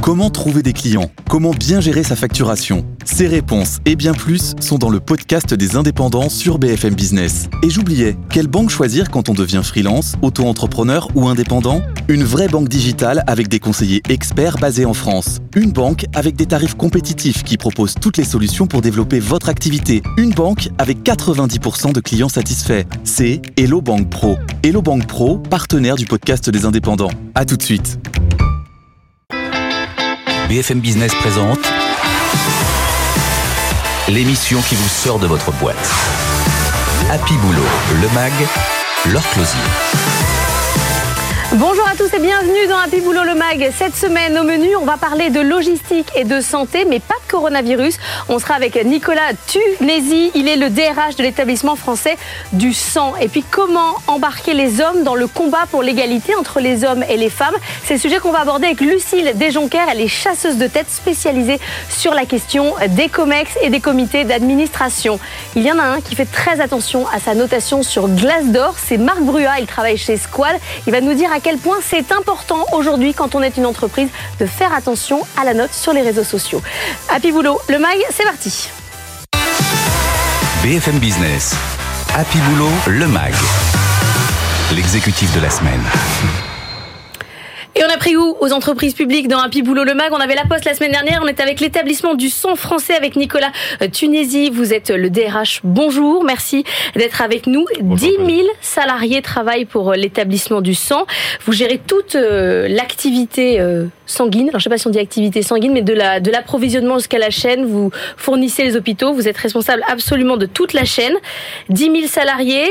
Comment trouver des clients ? Comment bien gérer sa facturation ? Ces réponses et bien plus sont dans le podcast des indépendants sur BFM Business. Et j'oubliais, quelle banque choisir quand on devient freelance, auto-entrepreneur ou indépendant ? Une vraie banque digitale avec des conseillers experts basés en France. Une banque avec des tarifs compétitifs qui propose toutes les solutions pour développer votre activité. Une banque avec 90% de clients satisfaits. C'est Hello Bank Pro. Hello Bank Pro, partenaire du podcast des indépendants. À tout de suite. BFM Business présente l'émission qui vous sort de votre boîte. Happy Boulot, le MAG, Laure Closier. Bonjour à tous et bienvenue dans Happy Boulot le MAG. Cette semaine au menu, on va parler de logistique et de santé, mais pas de coronavirus. On sera avec Nicolas Tunezi, il est le DRH de l'établissement français du sang. Et puis comment embarquer les hommes dans le combat pour l'égalité entre les hommes et les femmes. C'est le sujet qu'on va aborder avec Lucille Desjonquers, elle est chasseuse de tête spécialisée sur la question des COMEX et des comités d'administration. Il y en a un qui fait très attention à sa notation sur Glassdoor, c'est Marc Bruat, il travaille chez Squad. Il va nous dire à quel point c'est important aujourd'hui, quand on est une entreprise, de faire attention à la note sur les réseaux sociaux. Happy Boulot, le MAG, c'est parti. BFM Business, Happy Boulot, le MAG, l'exécutif de la semaine. Et on a pris goût aux entreprises publiques dans Happy Boulot le MAG. On avait la Poste la semaine dernière. On était avec l'établissement du sang français avec Nicolas Tunezi. Vous êtes le DRH. Bonjour. Merci d'être avec nous. Bonjour. 10 000 salariés travaillent pour l'établissement du sang. Vous gérez toute l'activité sanguine. Alors, je ne sais pas si on dit activité sanguine, mais de l'approvisionnement jusqu'à la chaîne. Vous fournissez les hôpitaux. Vous êtes responsable absolument de toute la chaîne. 10 000 salariés,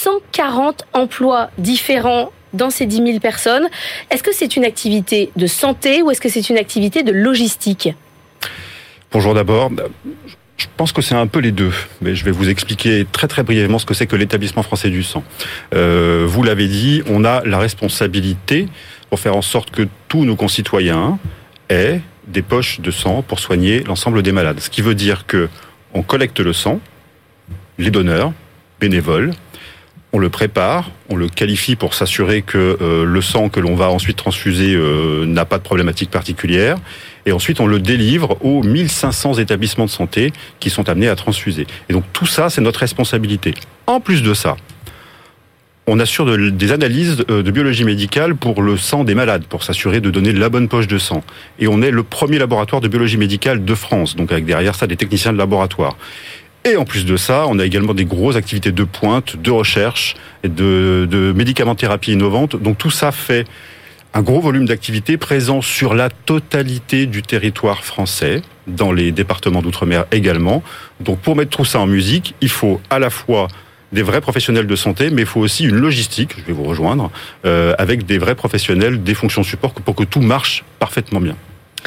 140 emplois différents dans ces 10 000 personnes. Est-ce que c'est une activité de santé ou est-ce que c'est une activité de logistique ? Bonjour d'abord. Je pense que c'est un peu les deux, mais je vais vous expliquer très très brièvement ce que c'est que l'établissement français du sang. Vous l'avez dit, on a la responsabilité pour faire en sorte que tous nos concitoyens aient des poches de sang pour soigner l'ensemble des malades. Ce qui veut dire que on collecte le sang, les donneurs, bénévoles, on le prépare, on le qualifie pour s'assurer que le sang que l'on va ensuite transfuser n'a pas de problématique particulière. Et ensuite, on le délivre aux 1500 établissements de santé qui sont amenés à transfuser. Et donc tout ça, c'est notre responsabilité. En plus de ça, on assure des analyses de biologie médicale pour le sang des malades, pour s'assurer de donner la bonne poche de sang. Et on est le premier laboratoire de biologie médicale de France, donc avec derrière ça des techniciens de laboratoire. Et en plus de ça, on a également des grosses activités de pointe, de recherche, et de médicamentothérapie innovante. Donc tout ça fait un gros volume d'activités présent sur la totalité du territoire français, dans les départements d'outre-mer également. Donc pour mettre tout ça en musique, il faut à la fois des vrais professionnels de santé, mais il faut aussi une logistique, je vais vous rejoindre, avec des vrais professionnels, des fonctions support pour que tout marche parfaitement bien.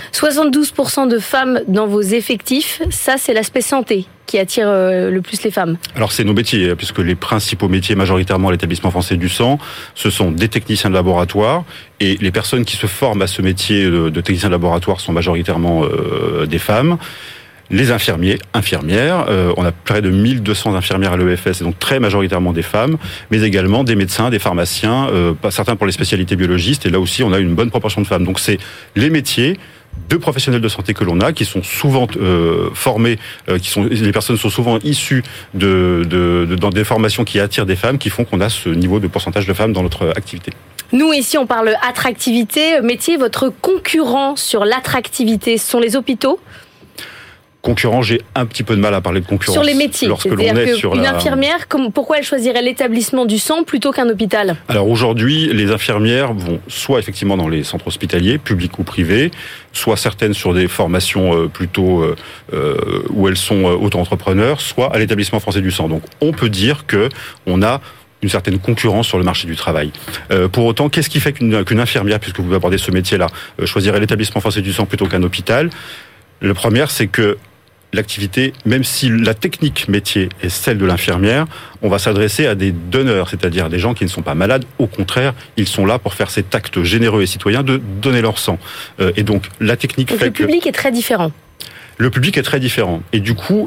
72% de femmes dans vos effectifs, ça c'est l'aspect santé qui attire le plus les femmes. Alors c'est nos métiers, puisque les principaux métiers majoritairement à l'établissement français du sang, ce sont des techniciens de laboratoire, et les personnes qui se forment à ce métier de technicien de laboratoire sont majoritairement des femmes. Les infirmiers, infirmières, on a près de 1200 infirmières à l'EFS, et donc très majoritairement des femmes, mais également des médecins, des pharmaciens, certains pour les spécialités biologistes, et là aussi on a une bonne proportion de femmes. Donc c'est les métiers de professionnels de santé que l'on a, qui sont souvent formés, les personnes sont souvent issues dans des formations qui attirent des femmes, qui font qu'on a ce niveau de pourcentage de femmes dans notre activité. Nous, ici, on parle attractivité, métier. Votre concurrent sur l'attractivité, ce sont les hôpitaux ? Concurrent, j'ai un petit peu de mal à parler de concurrence. Sur les métiers, lorsque c'est-à-dire l'on est sur qu'une infirmière, pourquoi elle choisirait l'établissement du sang plutôt qu'un hôpital ? Alors aujourd'hui, les infirmières vont soit effectivement dans les centres hospitaliers, publics ou privés, soit certaines sur des formations plutôt où elles sont auto-entrepreneurs, soit à l'établissement français du sang. Donc on peut dire que on a une certaine concurrence sur le marché du travail. Pour autant, qu'est-ce qui fait qu'une infirmière, puisque vous abordez ce métier-là, choisirait l'établissement français du sang plutôt qu'un hôpital ? Le premier, c'est que l'activité, même si la technique métier est celle de l'infirmière, on va s'adresser à des donneurs, c'est-à-dire des gens qui ne sont pas malades. Au contraire, ils sont là pour faire cet acte généreux et citoyen de donner leur sang. Et donc, la technique fait que... le public est très différent. Le public est très différent. Et du coup,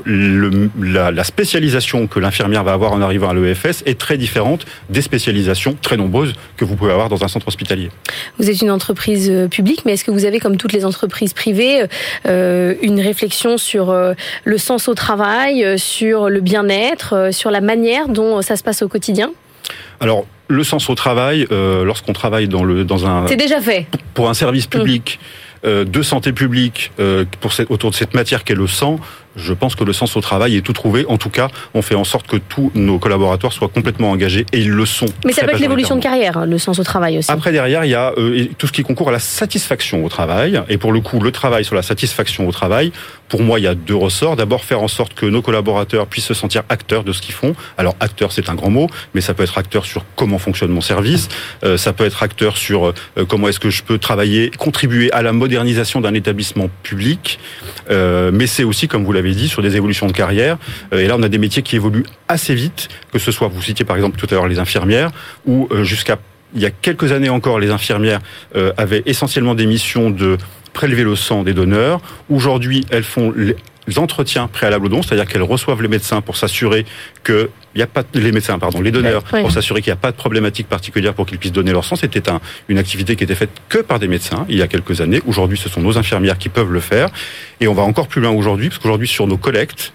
la spécialisation que l'infirmière va avoir en arrivant à l'EFS est très différente des spécialisations très nombreuses que vous pouvez avoir dans un centre hospitalier. Vous êtes une entreprise publique, mais est-ce que vous avez, comme toutes les entreprises privées, une réflexion sur le sens au travail, sur le bien-être, sur la manière dont ça se passe au quotidien ? Alors, le sens au travail, lorsqu'on travaille dans un... C'est déjà fait. Pour un service public... de santé publique autour de cette matière qu'est le sang, je pense que le sens au travail est tout trouvé. En tout cas, on fait en sorte que tous nos collaborateurs soient complètement engagés, et ils le sont. Mais ça peut être l'évolution de carrière, le sens au travail aussi. Après, derrière, il y a tout ce qui concourt à la satisfaction au travail. Et pour le coup, le travail sur la satisfaction au travail, pour moi, il y a 2 ressorts. D'abord, faire en sorte que nos collaborateurs puissent se sentir acteurs de ce qu'ils font. Alors, acteur, c'est un grand mot, mais ça peut être acteur sur comment fonctionne mon service. Ça peut être acteur sur comment est-ce que je peux travailler, contribuer à la modernisation d'un établissement public. Mais c'est aussi, comme vous l'avez dit, sur des évolutions de carrière. Et là, on a des métiers qui évoluent assez vite, que ce soit, vous citiez par exemple tout à l'heure les infirmières, ou jusqu'à il y a quelques années encore, les infirmières avaient essentiellement des missions de prélever le sang des donneurs. Aujourd'hui, elles font les entretiens préalables au don, c'est-à-dire qu'elles reçoivent les médecins pour s'assurer que il y a pas les donneurs pour s'assurer qu'il n'y a pas de problématique particulière pour qu'ils puissent donner leur sang. C'était une activité qui était faite que par des médecins il y a quelques années. Aujourd'hui, ce sont nos infirmières qui peuvent le faire, et on va encore plus loin aujourd'hui, parce qu'aujourd'hui sur nos collectes,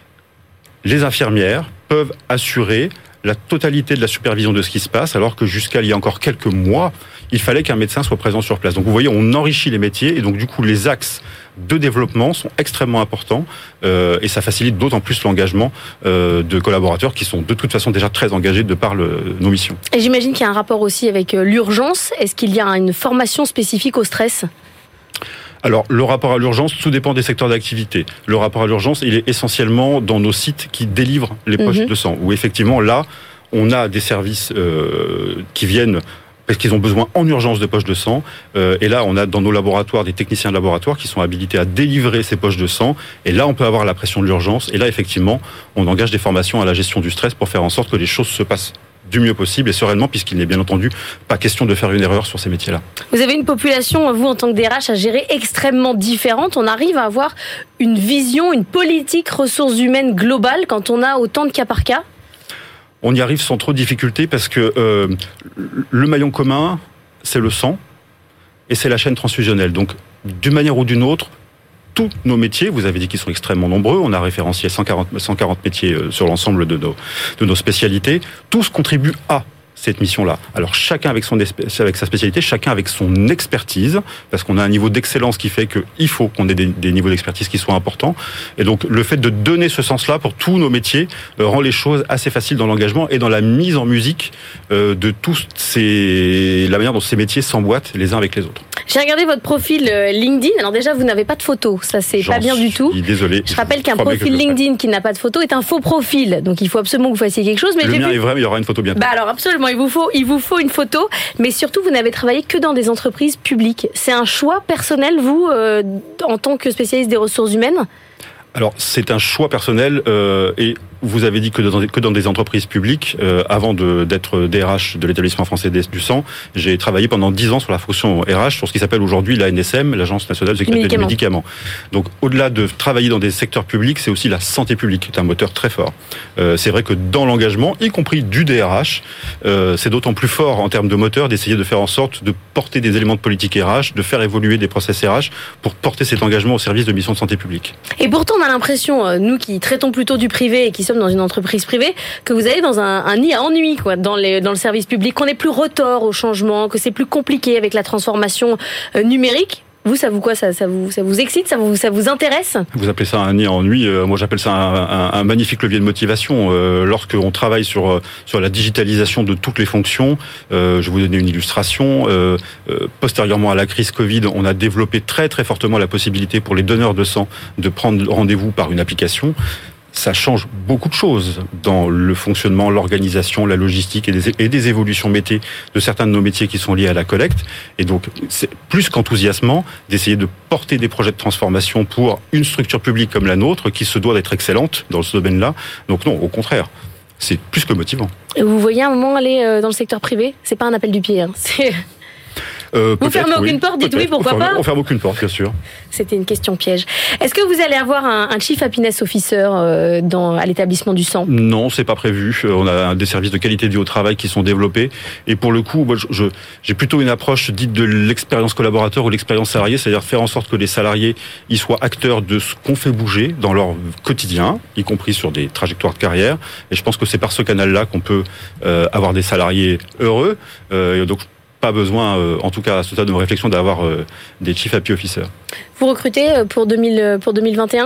les infirmières peuvent assurer la totalité de la supervision de ce qui se passe, alors que jusqu'à il y a encore quelques mois, il fallait qu'un médecin soit présent sur place. Donc vous voyez, on enrichit les métiers, et donc du coup les axes de développement sont extrêmement importants, et ça facilite d'autant plus l'engagement de collaborateurs qui sont de toute façon déjà très engagés de par nos missions. Et j'imagine qu'il y a un rapport aussi avec l'urgence. Est-ce qu'il y a une formation spécifique au stress ? Alors, le rapport à l'urgence, tout dépend des secteurs d'activité. Le rapport à l'urgence, il est essentiellement dans nos sites qui délivrent les poches de sang, où effectivement, là, on a des services qui viennent parce qu'ils ont besoin en urgence de poches de sang. Et là, on a dans nos laboratoires des techniciens de laboratoire qui sont habilités à délivrer ces poches de sang. Et là, on peut avoir la pression de l'urgence. Et là, effectivement, on engage des formations à la gestion du stress pour faire en sorte que les choses se passent du mieux possible et sereinement, puisqu'il n'est bien entendu pas question de faire une erreur sur ces métiers-là. Vous avez une population, vous en tant que DRH, à gérer extrêmement différente. On arrive à avoir une vision, une politique ressources humaines globale quand on a autant de cas par cas ? On y arrive sans trop de difficultés, parce que le maillon commun, c'est le sang et c'est la chaîne transfusionnelle. Donc, d'une manière ou d'une autre, tous nos métiers, vous avez dit qu'ils sont extrêmement nombreux, on a référencié 140 métiers sur l'ensemble de nos spécialités, tous contribuent à cette mission-là. Alors chacun avec sa spécialité, chacun avec son expertise, parce qu'on a un niveau d'excellence qui fait qu'il faut qu'on ait des niveaux d'expertise qui soient importants. Et donc le fait de donner ce sens-là pour tous nos métiers rend les choses assez faciles dans l'engagement et dans la mise en musique de la manière dont ces métiers s'emboîtent les uns avec les autres. J'ai regardé votre profil LinkedIn. Alors déjà, vous n'avez pas de photo. Ça, c'est pas bien du tout. Désolé. Je rappelle qu'un profil LinkedIn qui n'a pas de photo est un faux profil. Donc il faut absolument que vous fassiez quelque chose. Mais le mien est vrai, mais il y aura une photo bientôt. Alors absolument, il vous faut une photo. Mais surtout, vous n'avez travaillé que dans des entreprises publiques. C'est un choix personnel, vous, en tant que spécialiste des ressources humaines ? Alors, c'est un choix personnel, et vous avez dit que dans des entreprises publiques. Avant d'être DRH de l'établissement français du sang, j'ai travaillé pendant 10 ans sur la fonction RH, sur ce qui s'appelle aujourd'hui l'ANSM, l'Agence nationale de sécurité des médicaments. Donc, au-delà de travailler dans des secteurs publics, c'est aussi la santé publique, qui est un moteur très fort. C'est vrai que dans l'engagement, y compris du DRH, c'est d'autant plus fort en termes de moteur d'essayer de faire en sorte de porter des éléments de politique RH, de faire évoluer des process RH pour porter cet engagement au service de missions de santé publique. Et pourtant, on a l'impression, nous qui traitons plutôt du privé et qui sommes dans une entreprise privée, que vous allez dans un nid à ennui, quoi, dans le service public, qu'on est plus retors au changement, que c'est plus compliqué avec la transformation numérique. Vous, ça vous excite, ça vous intéresse ? Vous appelez ça un nid à ennui. Moi, j'appelle ça un magnifique levier de motivation. Lorsqu'on travaille sur la digitalisation de toutes les fonctions, je vais vous donner une illustration. Postérieurement à la crise Covid, on a développé très très fortement la possibilité pour les donneurs de sang de prendre rendez-vous par une application. Ça change beaucoup de choses dans le fonctionnement, l'organisation, la logistique et des évolutions métiers de certains de nos métiers qui sont liés à la collecte. Et donc, c'est plus qu'enthousiasmant d'essayer de porter des projets de transformation pour une structure publique comme la nôtre qui se doit d'être excellente dans ce domaine-là. Donc non, au contraire, c'est plus que motivant. Et vous voyez un moment aller dans le secteur privé ? C'est pas un appel du pied, hein. Vous fermez aucune porte, dites oui, pourquoi pas ? On ferme aucune porte, bien sûr. C'était une question piège. Est-ce que vous allez avoir un Chief Happiness Officer à l'établissement du sang ? Non, c'est pas prévu. On a des services de qualité de vie au travail qui sont développés. Et pour le coup, moi, j'ai plutôt une approche dite de l'expérience collaborateur ou l'expérience salarié, c'est-à-dire faire en sorte que les salariés ils soient acteurs de ce qu'on fait bouger dans leur quotidien, y compris sur des trajectoires de carrière. Et je pense que c'est par ce canal-là qu'on peut avoir des salariés heureux. Et donc, pas besoin, en tout cas à ce stade de réflexion, d'avoir des Chief Happy Officers. Vous recrutez pour 2021 ?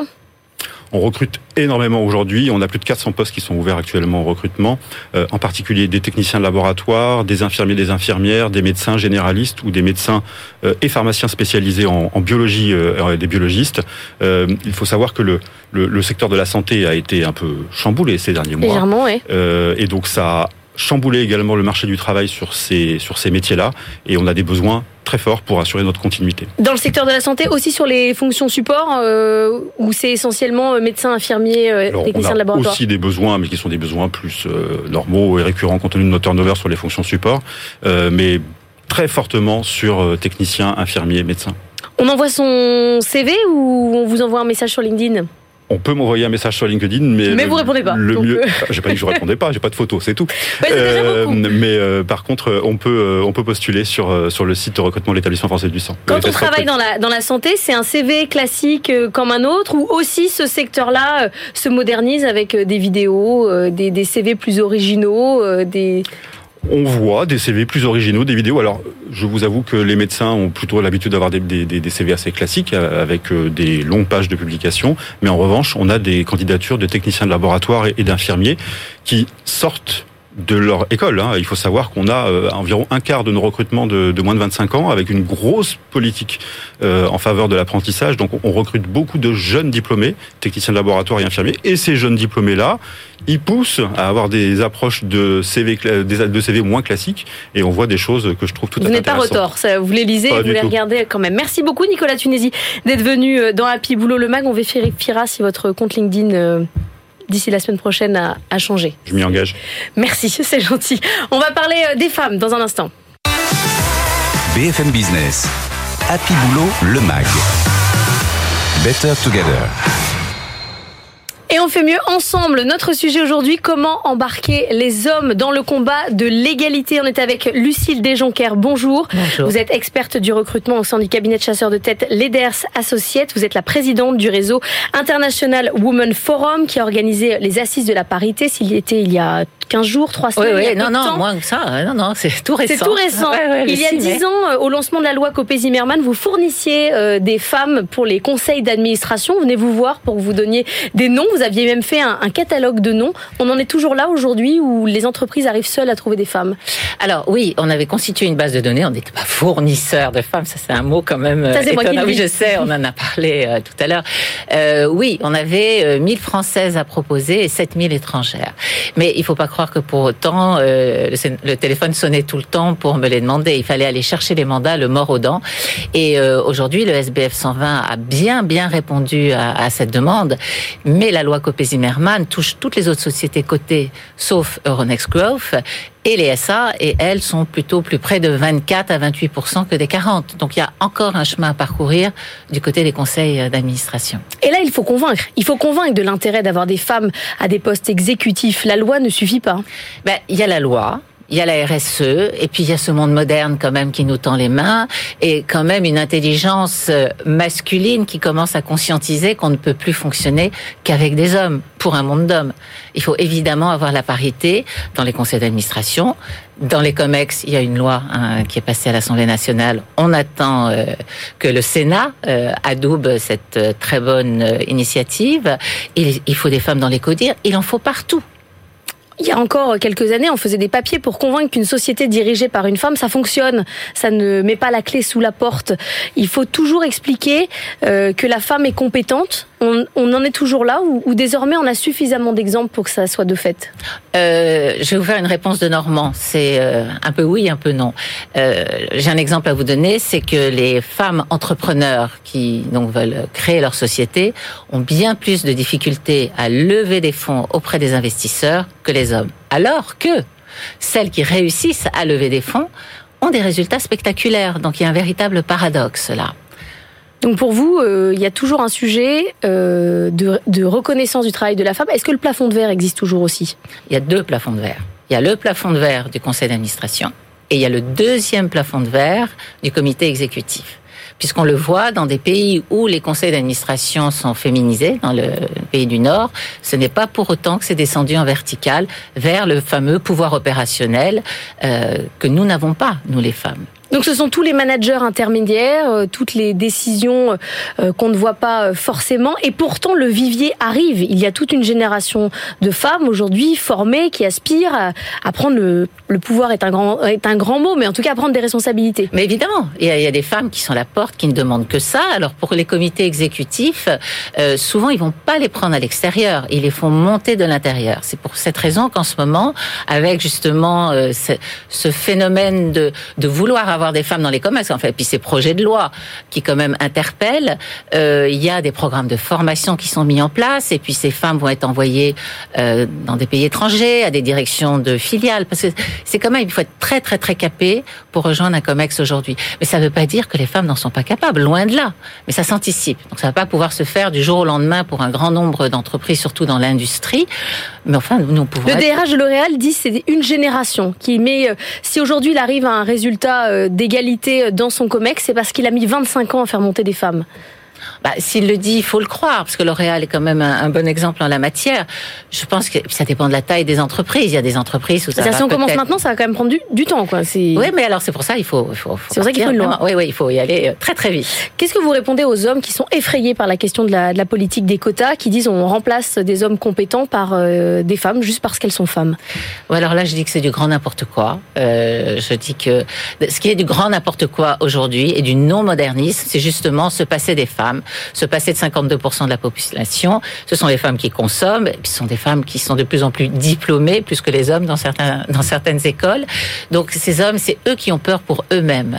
On recrute énormément aujourd'hui. On a plus de 400 postes qui sont ouverts actuellement au recrutement, en particulier des techniciens de laboratoire, des infirmiers, des infirmières, des médecins généralistes ou des médecins et pharmaciens spécialisés en biologie, des biologistes. Il faut savoir que le secteur de la santé a été un peu chamboulé ces derniers mois. Légèrement, oui. Et donc ça a chamboulé également le marché du travail sur ces métiers-là. Et on a des besoins très forts pour assurer notre continuité. Dans le secteur de la santé, aussi sur les fonctions support, où c'est essentiellement médecins, infirmiers, techniciens de laboratoire ? On a aussi des besoins, mais qui sont des besoins plus normaux et récurrents compte tenu de notre turnover sur les fonctions support, mais très fortement sur techniciens, infirmiers, médecins. On envoie son CV ou on vous envoie un message sur LinkedIn ? On peut m'envoyer un message sur LinkedIn, mais vous répondez pas. Le mieux, j'ai pas dit que je répondais pas, j'ai pas de photo, c'est tout. Ouais, c'est déjà beaucoup. Mais par contre, on peut postuler sur le site de recrutement de l'établissement français du sang. Quand on travaille dans la santé, c'est un CV classique comme un autre, ou aussi ce secteur-là se modernise avec des vidéos, des CV plus originaux, On voit des CV plus originaux, des vidéos. Alors, je vous avoue que les médecins ont plutôt l'habitude d'avoir des CV assez classiques, avec des longues pages de publication. Mais en revanche, on a des candidatures de techniciens de laboratoire et d'infirmiers qui sortent de leur école. Il faut savoir qu'on a environ un quart de nos recrutements de moins de 25 ans, avec une grosse politique en faveur de l'apprentissage. Donc on recrute beaucoup de jeunes diplômés, techniciens de laboratoire et infirmiers. Et ces jeunes diplômés-là, ils poussent à avoir des approches de CV moins classiques. Et on voit des choses que je trouve tout à fait intéressantes. Vous n'êtes pas retors, vous les lisez et vous les regardez quand même. Merci beaucoup Nicolas Tunesi d'être venu dans Happy Boulot le Mag. On vérifiera si votre compte LinkedIn d'ici la semaine prochaine a changé. Je m'y engage. Merci, c'est gentil. On va parler des femmes dans un instant. BFM Business, Happy Boulot le Mag. Better Together. Et on fait mieux ensemble. Notre sujet aujourd'hui, comment embarquer les hommes dans le combat de l'égalité. On est avec Lucille Desjonquers. Bonjour. Bonjour. Vous êtes experte du recrutement au sein du cabinet de chasseurs de tête Leders Associates. Vous êtes la présidente du réseau International Women Forum qui a organisé les assises de la parité. Il y a 15 jours, 3 semaines. Oui, non, moins que ça. Non, c'est tout récent. C'est tout récent. Il y a 10 ans, au lancement de la loi Copé-Zimmermann, vous fournissiez des femmes pour les conseils d'administration. Venez vous voir pour que vous donniez des noms. Vous aviez même fait un catalogue de noms. On en est toujours là aujourd'hui où les entreprises arrivent seules à trouver des femmes. Alors oui, on avait constitué une base de données. On n'était pas fournisseur de femmes. Ça, c'est un mot quand même ça, c'est étonnant. Moi qui le dis. Oui, je sais, on en a parlé tout à l'heure. Oui, on avait 1000 Françaises à proposer et 7000 étrangères. Mais il faut pas croire que pour autant, le téléphone sonnait tout le temps pour me les demander. Il fallait aller chercher les mandats, le mort aux dents. Et aujourd'hui, le SBF 120 a bien répondu à cette demande. Mais la loi Copé-Zimmermann touche toutes les autres sociétés cotées, sauf Euronext Growth. Et les SA, et elles sont plutôt plus près de 24 à 28% que des 40. Donc il y a encore un chemin à parcourir du côté des conseils d'administration. Et là, il faut convaincre. Il faut convaincre de l'intérêt d'avoir des femmes à des postes exécutifs. La loi ne suffit pas. Il y a la loi. Il y a la RSE, et puis il y a ce monde moderne quand même qui nous tend les mains, et quand même une intelligence masculine qui commence à conscientiser qu'on ne peut plus fonctionner qu'avec des hommes, pour un monde d'hommes. Il faut évidemment avoir la parité dans les conseils d'administration. Dans les COMEX, il y a une loi qui est passée à l'Assemblée nationale. On attend que le Sénat adoube cette très bonne initiative. Il faut des femmes dans les CODIR, il en faut partout. Il y a encore quelques années, on faisait des papiers pour convaincre qu'une société dirigée par une femme, ça fonctionne. Ça ne met pas la clé sous la porte. Il faut toujours expliquer que la femme est compétente. On en est toujours là ou désormais on a suffisamment d'exemples pour que ça soit de fait? Je vais vous faire une réponse de Normand. C'est un peu oui, un peu non. J'ai un exemple à vous donner, c'est que les femmes entrepreneurs qui donc veulent créer leur société ont bien plus de difficultés à lever des fonds auprès des investisseurs que les hommes. Alors que celles qui réussissent à lever des fonds ont des résultats spectaculaires. Donc il y a un véritable paradoxe là. Donc pour vous, il y a toujours un sujet de reconnaissance du travail de la femme. Est-ce que le plafond de verre existe toujours aussi ? Il y a 2 plafonds de verre. Il y a le plafond de verre du conseil d'administration et il y a le 2e plafond de verre du comité exécutif. Puisqu'on le voit dans des pays où les conseils d'administration sont féminisés, dans le pays du Nord, ce n'est pas pour autant que c'est descendu en vertical vers le fameux pouvoir opérationnel que nous n'avons pas, nous les femmes. Donc ce sont tous les managers intermédiaires, toutes les décisions qu'on ne voit pas forcément. Et pourtant, le vivier arrive. Il y a toute une génération de femmes aujourd'hui formées qui aspirent à prendre le pouvoir est un grand mot, mais en tout cas à prendre des responsabilités. Mais évidemment, il y a des femmes qui sont à la porte, qui ne demandent que ça. Alors pour les comités exécutifs, souvent ils vont pas les prendre à l'extérieur, ils les font monter de l'intérieur. C'est pour cette raison qu'en ce moment, avec justement ce phénomène de vouloir avoir des femmes dans les COMEX, en fait, puis ces projets de loi qui quand même interpellent, il y a des programmes de formation qui sont mis en place, et puis ces femmes vont être envoyées dans des pays étrangers, à des directions de filiales, parce que c'est quand même, il faut être très très très capé pour rejoindre un COMEX aujourd'hui. Mais ça ne veut pas dire que les femmes n'en sont pas capables, loin de là. Mais ça s'anticipe. Donc ça ne va pas pouvoir se faire du jour au lendemain pour un grand nombre d'entreprises, surtout dans l'industrie. Mais enfin, nous pouvons... Le DRH de L'Oréal dit que c'est une génération qui met... si aujourd'hui il arrive à un résultat d'égalité dans son COMEX, c'est parce qu'il a mis 25 ans à faire monter des femmes. S'il le dit, il faut le croire, parce que L'Oréal est quand même un bon exemple en la matière. Je pense que ça dépend de la taille des entreprises. Il y a des entreprises où ça va si on commence maintenant, ça va quand même prendre du temps, quoi. Oui, mais alors c'est pour ça, il faut c'est pour ça qu'il faut une loi. Oui, il faut y aller très très vite. Qu'est-ce que vous répondez aux hommes qui sont effrayés par la question de la politique des quotas, qui disent on remplace des hommes compétents par des femmes juste parce qu'elles sont femmes? Alors là, je dis que c'est du grand n'importe quoi. Je dis que ce qui est du grand n'importe quoi aujourd'hui et du non-modernisme, c'est justement se passer des femmes, se passer de 52% de la population. Ce sont les femmes qui consomment, et puis ce sont des femmes qui sont de plus en plus diplômées, plus que les hommes dans certaines écoles. Donc ces hommes, c'est eux qui ont peur pour eux-mêmes.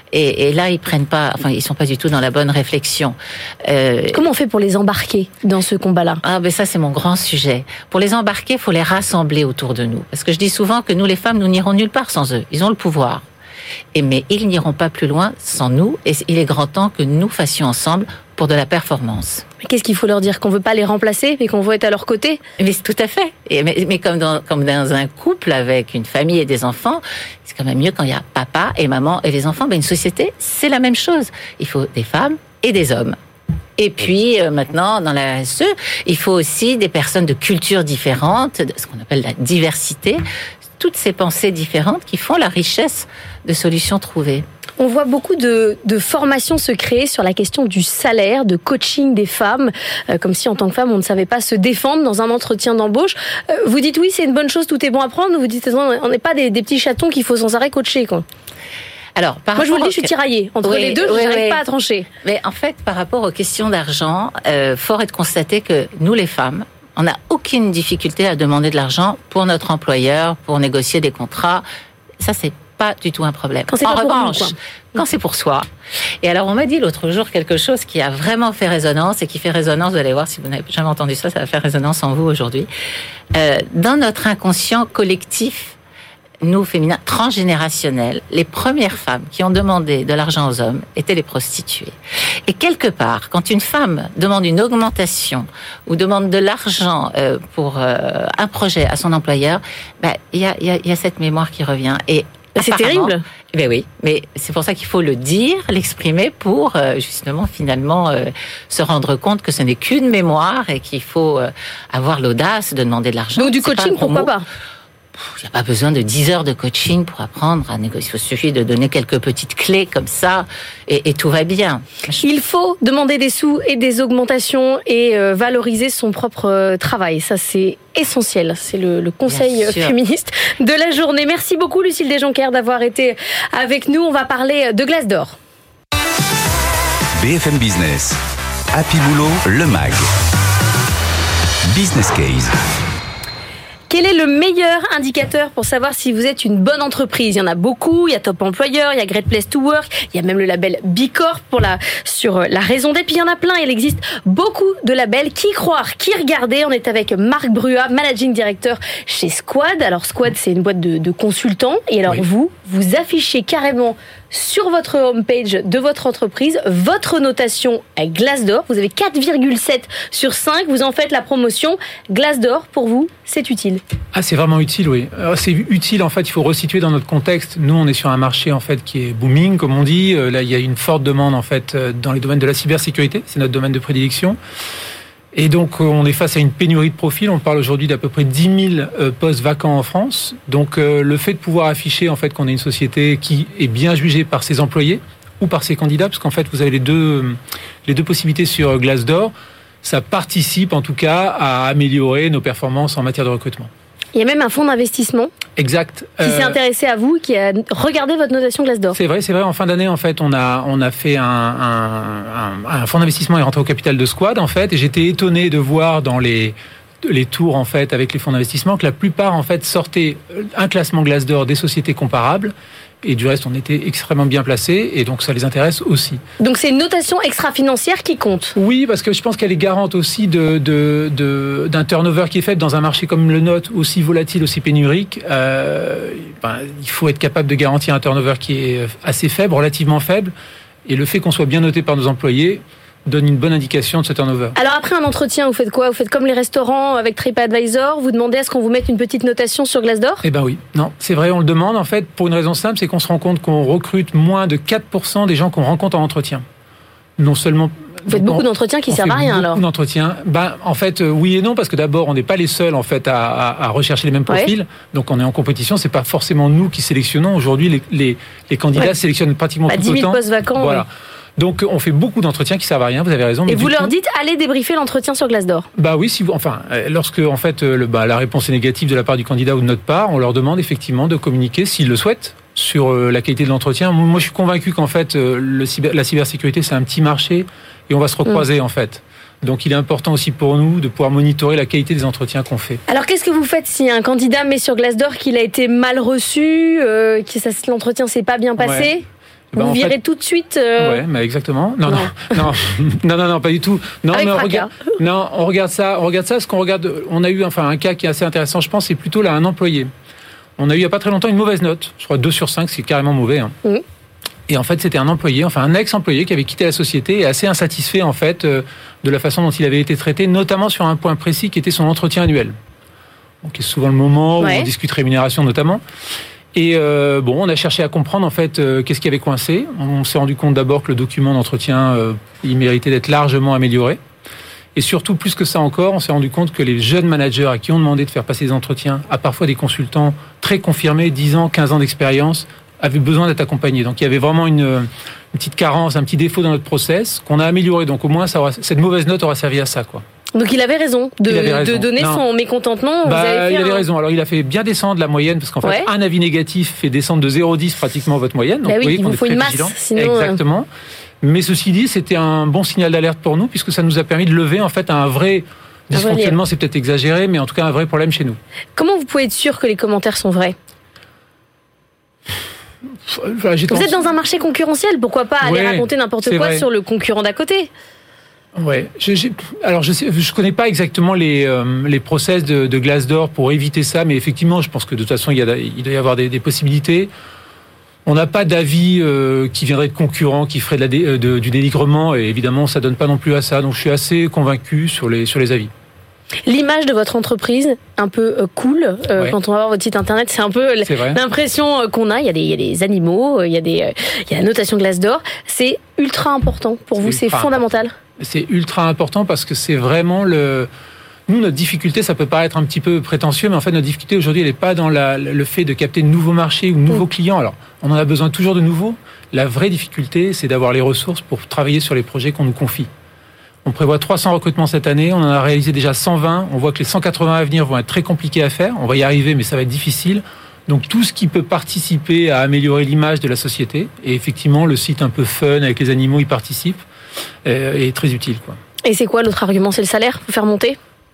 Et là, ils sont pas du tout dans la bonne réflexion. Comment on fait pour les embarquer dans ce combat-là? Ça, c'est mon grand sujet. Pour les embarquer, il faut les rassembler autour de nous. Parce que je dis souvent que nous, les femmes, nous n'irons nulle part sans eux. Ils ont le pouvoir. Mais ils n'iront pas plus loin sans nous. Et il est grand temps que nous fassions ensemble pour de la performance. Mais qu'est-ce qu'il faut leur dire? Qu'on veut pas les remplacer, mais qu'on veut être à leur côté? Mais c'est tout à fait. Mais comme dans un couple avec une famille et des enfants, c'est quand même mieux quand il y a papa et maman et les enfants. Une société, c'est la même chose. Il faut des femmes et des hommes. Et puis maintenant, dans la RSE, il faut aussi des personnes de cultures différentes, ce qu'on appelle la diversité, toutes ces pensées différentes qui font la richesse de solutions trouvées. On voit beaucoup de formations se créer sur la question du salaire, de coaching des femmes, comme si en tant que femme, on ne savait pas se défendre dans un entretien d'embauche. Vous dites oui, c'est une bonne chose, tout est bon à prendre, ou vous dites non, on n'est pas des petits chatons qu'il faut sans arrêt coacher, quoi. Alors, moi, je vous le dis, je suis tiraillée. Entre les deux, je n'arrive pas à trancher. Mais en fait, par rapport aux questions d'argent, fort est de constater que nous, les femmes, on n'a aucune difficulté à demander de l'argent pour notre employeur, pour négocier des contrats. Ça, c'est pas du tout un problème. En revanche, quand c'est pour soi. Et alors, on m'a dit l'autre jour quelque chose qui a vraiment fait résonance et qui fait résonance, vous allez voir, si vous n'avez jamais entendu ça, ça va faire résonance en vous aujourd'hui. Dans notre inconscient collectif, nous, féminins, transgénérationnels, les premières femmes qui ont demandé de l'argent aux hommes étaient les prostituées. Et quelque part, quand une femme demande une augmentation ou demande de l'argent pour un projet à son employeur, il y a cette mémoire qui revient. Et c'est terrible. Oui, mais c'est pour ça qu'il faut le dire, l'exprimer pour justement finalement se rendre compte que ce n'est qu'une mémoire et qu'il faut avoir l'audace de demander de l'argent. Donc du coaching, pourquoi pas? Il n'y a pas besoin de 10 heures de coaching pour apprendre à négocier. Il suffit de donner quelques petites clés comme ça et tout va bien. Il faut demander des sous et des augmentations et valoriser son propre travail. Ça, c'est essentiel. C'est le conseil féministe de la journée. Merci beaucoup, Lucille Desjonquers, d'avoir été avec nous. On va parler de Glace d'Or. BFM Business. Happy Boulot, le MAG. Business Case. Quel est le meilleur indicateur pour savoir si vous êtes une bonne entreprise? Il y en a beaucoup, il y a Top Employeur, il y a Great Place to Work, il y a même le label B Corp sur la raison d'être, puis il y en a plein, il existe beaucoup de labels. Qui croire, qui regarder? On est avec Marc Bruat, Managing Director chez Squad. Alors Squad, c'est une boîte de consultants, et alors vous affichez carrément sur votre homepage de votre entreprise votre notation à Glassdoor. Vous avez 4,7 sur 5. Vous en faites la promotion. Glassdoor, pour vous, c'est utile? C'est vraiment utile, oui. C'est utile, en fait, il faut resituer dans notre contexte. Nous, on est sur un marché, en fait, qui est booming, comme on dit. Là, il y a une forte demande, en fait, dans les domaines de la cybersécurité. C'est notre domaine de prédilection. Et donc, on est face à une pénurie de profils. On parle aujourd'hui d'à peu près 10 000 postes vacants en France. Donc, le fait de pouvoir afficher, en fait, qu'on est une société qui est bien jugée par ses employés ou par ses candidats, parce qu'en fait, vous avez les deux possibilités sur Glassdoor. Ça participe, en tout cas, à améliorer nos performances en matière de recrutement. Il y a même un fonds d'investissement. Exact. Qui s'est intéressé à vous, qui a regardé votre notation Glassdoor. C'est vrai. En fin d'année, en fait, on a fait un fonds d'investissement est rentré au capital de Squad, en fait, et j'étais étonné de voir dans les tours, en fait, avec les fonds d'investissement, que la plupart, en fait, sortaient un classement Glassdoor des sociétés comparables. Et du reste, on était extrêmement bien placés, et donc ça les intéresse aussi. Donc c'est une notation extra-financière qui compte? Oui, parce que je pense qu'elle est garante aussi d'un turnover qui est fait dans un marché comme le nôtre, aussi volatile, aussi pénurique. Il faut être capable de garantir un turnover qui est assez faible, relativement faible, et le fait qu'on soit bien noté par nos employés donne une bonne indication de ce turnover. Alors après un entretien, vous faites quoi? Vous faites comme les restaurants avec TripAdvisor, vous demandez à ce qu'on vous mette une petite notation sur Glassdoor? Eh ben oui, non, c'est vrai, on le demande en fait pour une raison simple, c'est qu'on se rend compte qu'on recrute moins de 4% des gens qu'on rencontre en entretien. Non seulement... Vous faites beaucoup d'entretiens qui servent à rien alors? Beaucoup d'entretiens. En fait, oui et non, parce que d'abord, on n'est pas les seuls en fait à rechercher les mêmes profils. Ouais. Donc on est en compétition, c'est pas forcément nous qui sélectionnons. Aujourd'hui, les candidats sélectionnent pratiquement tout le temps. 10 000 postes vacants. Voilà. Donc on fait beaucoup d'entretiens qui servent à rien, vous avez raison. Et vous leur dites, allez débriefer l'entretien sur Glassdoor? Oui, lorsque en fait la réponse est négative de la part du candidat ou de notre part, on leur demande effectivement de communiquer s'ils le souhaitent sur la qualité de l'entretien. Moi je suis convaincu qu'en fait la cybersécurité c'est un petit marché et on va se recroiser en fait. Donc il est important aussi pour nous de pouvoir monitorer la qualité des entretiens qu'on fait. Alors qu'est-ce que vous faites si un candidat met sur Glassdoor qu'il a été mal reçu, que l'entretien s'est pas bien passé? Vous virez tout de suite. Ouais, mais exactement. Non, pas du tout. Non, avec mais on regarde ça. Ce qu'on regarde, on a eu un cas qui est assez intéressant. Je pense, c'est plutôt là un employé. On a eu il y a pas très longtemps une mauvaise note. Je crois 2 sur 5, c'est carrément mauvais. Hein. Mmh. Et en fait, c'était un employé, un ex-employé qui avait quitté la société et assez insatisfait en fait de la façon dont il avait été traité, notamment sur un point précis qui était son entretien annuel. Donc, c'est souvent le moment où on discute rémunération notamment. Et on a cherché à comprendre en fait qu'est-ce qui avait coincé. On s'est rendu compte d'abord que le document d'entretien il méritait d'être largement amélioré. Et surtout, plus que ça encore, on s'est rendu compte que les jeunes managers à qui on demandait de faire passer des entretiens, à parfois des consultants très confirmés, 10 ans, 15 ans d'expérience, avaient besoin d'être accompagnés. Donc il y avait vraiment une petite carence, un petit défaut dans notre process qu'on a amélioré. Donc au moins, cette mauvaise note aura servi à ça, quoi. Donc il avait raison de donner son mécontentement. Il avait raison. Alors il a fait bien descendre la moyenne parce qu'en fait un avis négatif fait descendre de 0,10 pratiquement votre moyenne. Donc vous voyez qu'on est très vigilant. Exactement. Mais ceci dit, c'était un bon signal d'alerte pour nous puisque ça nous a permis de lever en fait un vrai dysfonctionnement. C'est peut-être exagéré, mais en tout cas un vrai problème chez nous. Comment vous pouvez être sûr que les commentaires sont vrais? Vous êtes dans un marché concurrentiel, pourquoi pas aller raconter n'importe quoi sur le concurrent d'à côté? Ouais. Je connais pas exactement les process de Glassdoor pour éviter ça, mais effectivement, je pense que de toute façon, il doit y avoir des possibilités. On n'a pas d'avis qui viendrait de concurrents, qui ferait du dénigrement, et évidemment, ça donne pas non plus à ça. Donc, je suis assez convaincu sur les avis. L'image de votre entreprise, un peu cool, quand on va voir votre site internet, c'est un peu l'impression qu'on a. Il y a des animaux, il y a la notation Glassdoor. C'est ultra important pour vous, c'est fondamental. C'est ultra important parce que c'est vraiment Nous, notre difficulté, ça peut paraître un petit peu prétentieux, mais en fait, notre difficulté aujourd'hui, elle n'est pas dans le fait de capter de nouveaux marchés ou de nouveaux clients. Alors, on en a besoin toujours de nouveaux. La vraie difficulté, c'est d'avoir les ressources pour travailler sur les projets qu'on nous confie. On prévoit 300 recrutements cette année, on en a réalisé déjà 120. On voit que les 180 à venir vont être très compliqués à faire. On va y arriver, mais ça va être difficile. Donc tout ce qui peut participer à améliorer l'image de la société, et effectivement le site un peu fun avec les animaux y participe, est très utile, quoi. Et c'est quoi l'autre argument? C'est le salaire? Faut faire monter?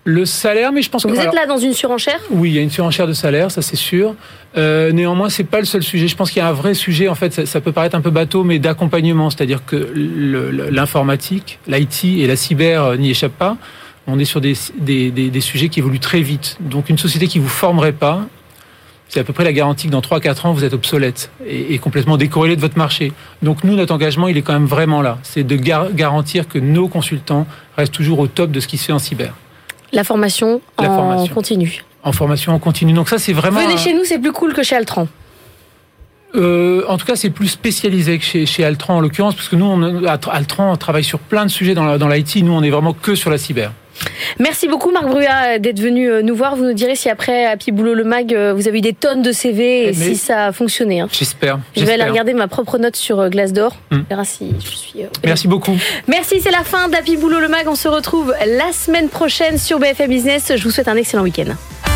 Le salaire, mais je pense que... Vous êtes là dans une surenchère ? Oui, il y a une surenchère de salaire, ça c'est sûr. Néanmoins, c'est pas le seul sujet. Je pense qu'il y a un vrai sujet, en fait, ça peut paraître un peu bateau, mais d'accompagnement. C'est-à-dire que l'informatique, l'IT et la cyber n'y échappent pas. On est sur des sujets qui évoluent très vite. Donc une société qui vous formerait pas, c'est à peu près la garantie que dans 3-4 ans, vous êtes obsolète et complètement décorrélé de votre marché. Donc nous, notre engagement, il est quand même vraiment là. C'est de garantir que nos consultants restent toujours au top de ce qui se fait en cyber. La formation en continu. En formation en continu. Donc ça, c'est vraiment... Venez chez nous, c'est plus cool que chez Altran. En tout cas, c'est plus spécialisé que chez Altran, en l'occurrence, parce que nous, Altran, on travaille sur plein de sujets dans l'IT. Nous, on est vraiment que sur la cyber. Merci beaucoup Marc Bruyat d'être venu nous voir. Vous nous direz si après Happy Boulot le Mag, vous avez eu des tonnes de CV et si ça a fonctionné. J'espère. Je vais aller regarder ma propre note sur Glassdoor. On verra si je suis... Merci beaucoup. Merci, c'est la fin d'Happy Boulot le Mag. On se retrouve la semaine prochaine sur BFM Business. Je vous souhaite un excellent week-end.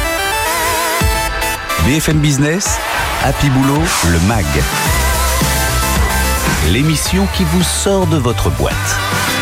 BFM Business, Happy Boulot le Mag. L'émission qui vous sort de votre boîte.